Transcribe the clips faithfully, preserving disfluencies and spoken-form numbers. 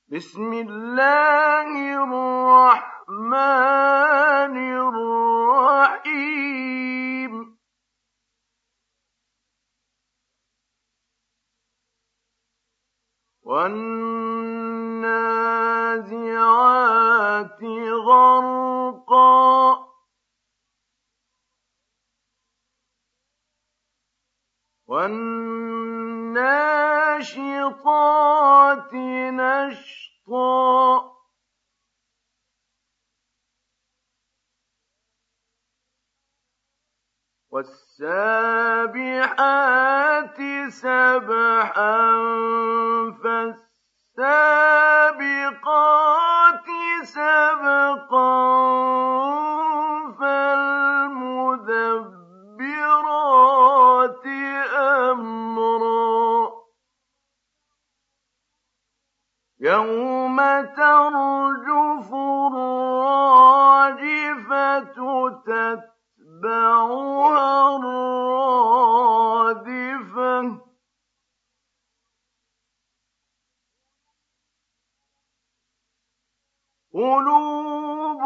بسم الله الرحمن الرحيم والنازعات غرقا والناشطات نشطا والسابحات سبحا فالسابقات سبقا فالمدبرات أمرا يوم ترجف الراجفة تتبعها الرادفة قلوب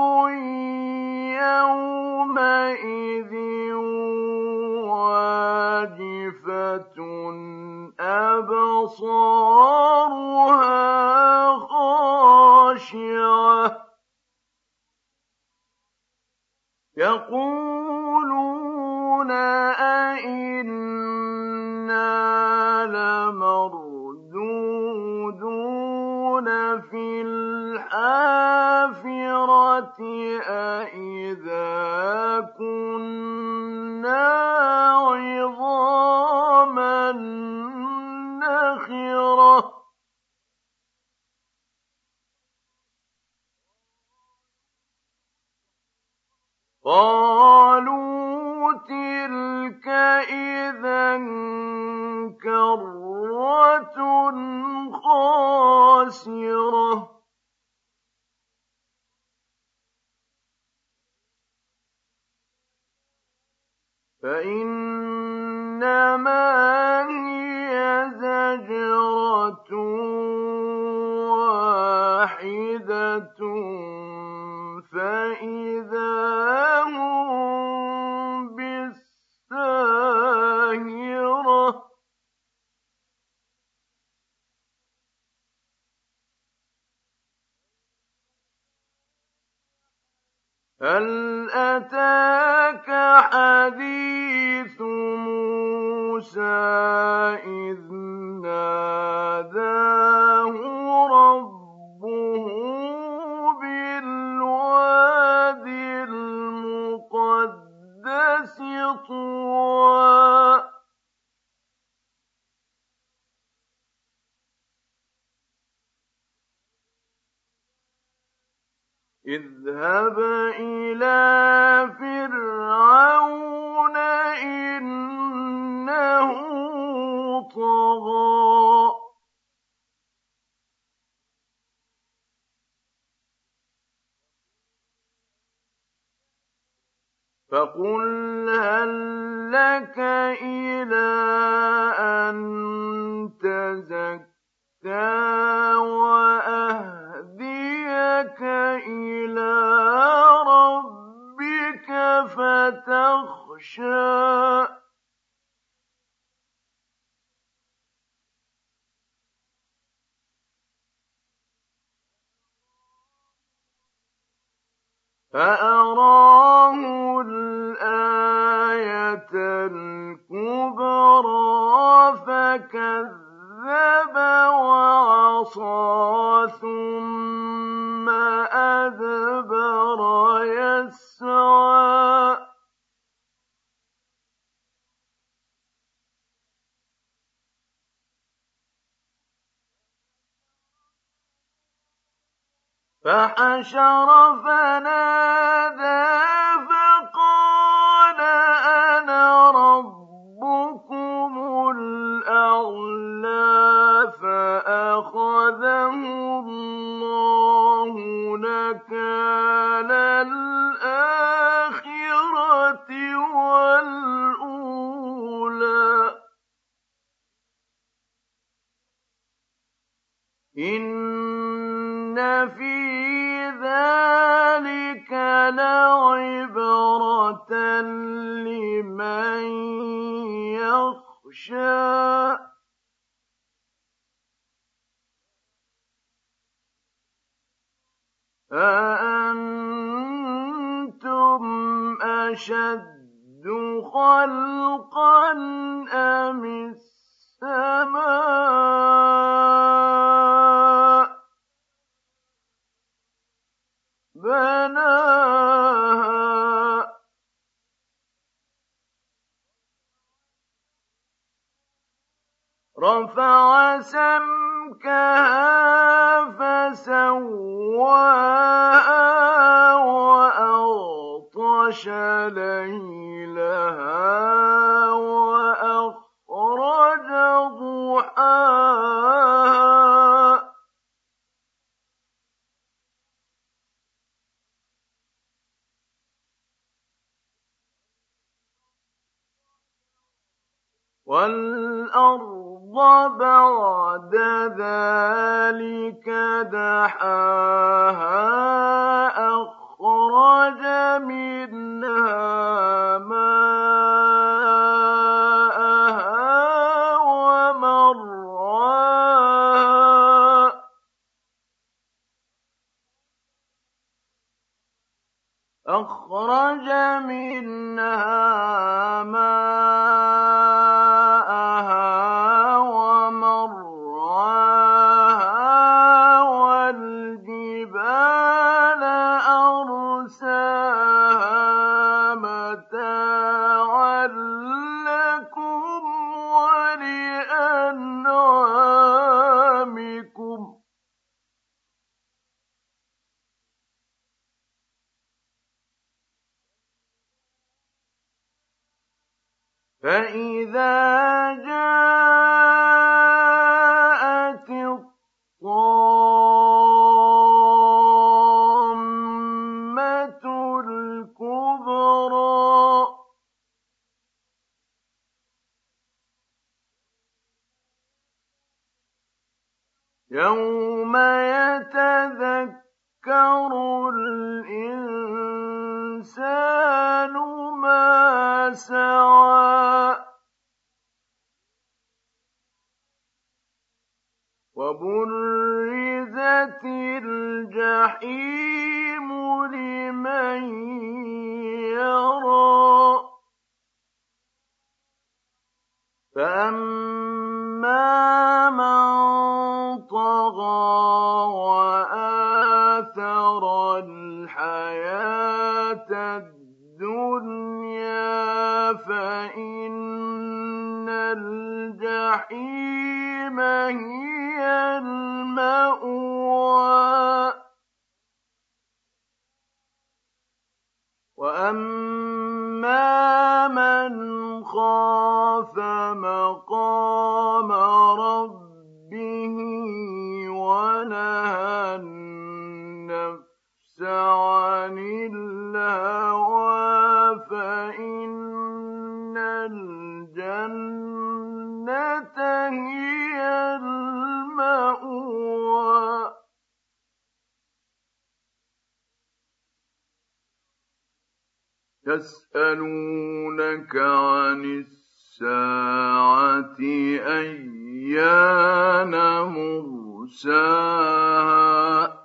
يومئذ واجفة أبصارها خاشعة يقولون أئنا لمردودون في الحافرة أئذا كنا عظاما نخرة قالوا تلك إذا كرة خاسرة فإنما هي زجرة واحدة فإذا هم بالساهرة هل أتاك حديث موسى إذ ناداه ربه بالواد المقدس طوى اذهب إلى فرعون إنه طغى فقل هل لك إلى أن تزكى وأهديك إلى ربك فتخشى فأراه الآية الكبرى فكذب وعصى ثم أدبر يسعى فحشر فنادى فقال أنا ربكم الأعلى فأخذه الله نكال الآخرة والأولى إن إِنَّ فِي ذَلِكَ لَعِبْرَةً لِّمَن يَخْشَىٰ أَأَنتُمْ أَشَدُّ خَلْقًا أَمِ السَّمَاءُ بَنَاهَا رَفَعَ سَمْكَهَا فَسَوَّاهَا وَأَغْطَشَ لَيْلَهَا وَأَخْرَجَ ضُحَاهَا وَالْأَرْضَ بَعْدَ ذَٰلِكَ دَحَاهَا أَخْرَجَ مِنْهَا مَاءَهَا وَمَرْعَاهَا أَخْرَجَ مِنْهَا مَاءَهَا وَمَرْعَاهَا وَالْجِبَالَ أَرْسَاهَا مَتَاعًا لَّكُمْ وَلِأَنْعَامِكُمْ فَإِذَا جَاءَتِ الطَّامَّةُ الْكُبْرَىٰ يَوْمَ يَتَذَكَّرُ الْإِنسَانُ مَا سَعَىٰ وَبُرِّزَتِ الْجَحِيمُ لِمَن يَرَىٰ فَأَمَّا مَن طَغَىٰ وَآثَرَ الْحَيَاةَ الدُّنْيَا فَإِنَّ الْجَحِيمَ هِيَ الْمَأْوَىٰ وَأَمَّا مَنْ خَافَ مَقَامَ رَبِّهِ وَنَهَى النَّفْسَ عَنِ الْهَوَىٰ فَإِنَّ الْجَنَّةَ هِيَ الْمَأْوَىٰ يَسْأَلُونَكَ عَنِ السَّاعَةِ أَيَّانَ مُرْسَاهَا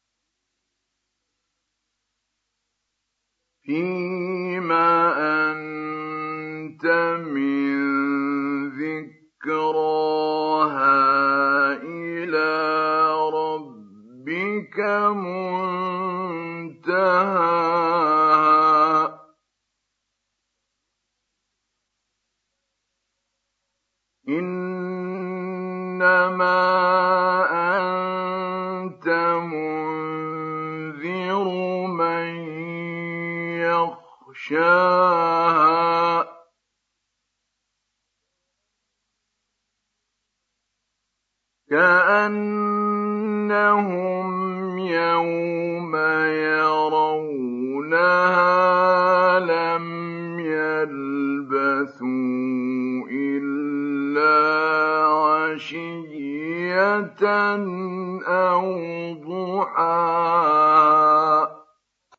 فِيمَ أَنتَ مِن ذِكْرَاهَا إِلَىٰ رَبِّكَ مُنتَهَاهَا إِنَّمَا أَنتَ مُنذِرُ مَن يَخْشَاهَا كَأَنَّهُمْ يَوْمَ يَرَوْنَهَا لَمْ يَلْبَثُوا إِلَّا عَشِيَّةً أَوْ ضُحَاهَا ضحاها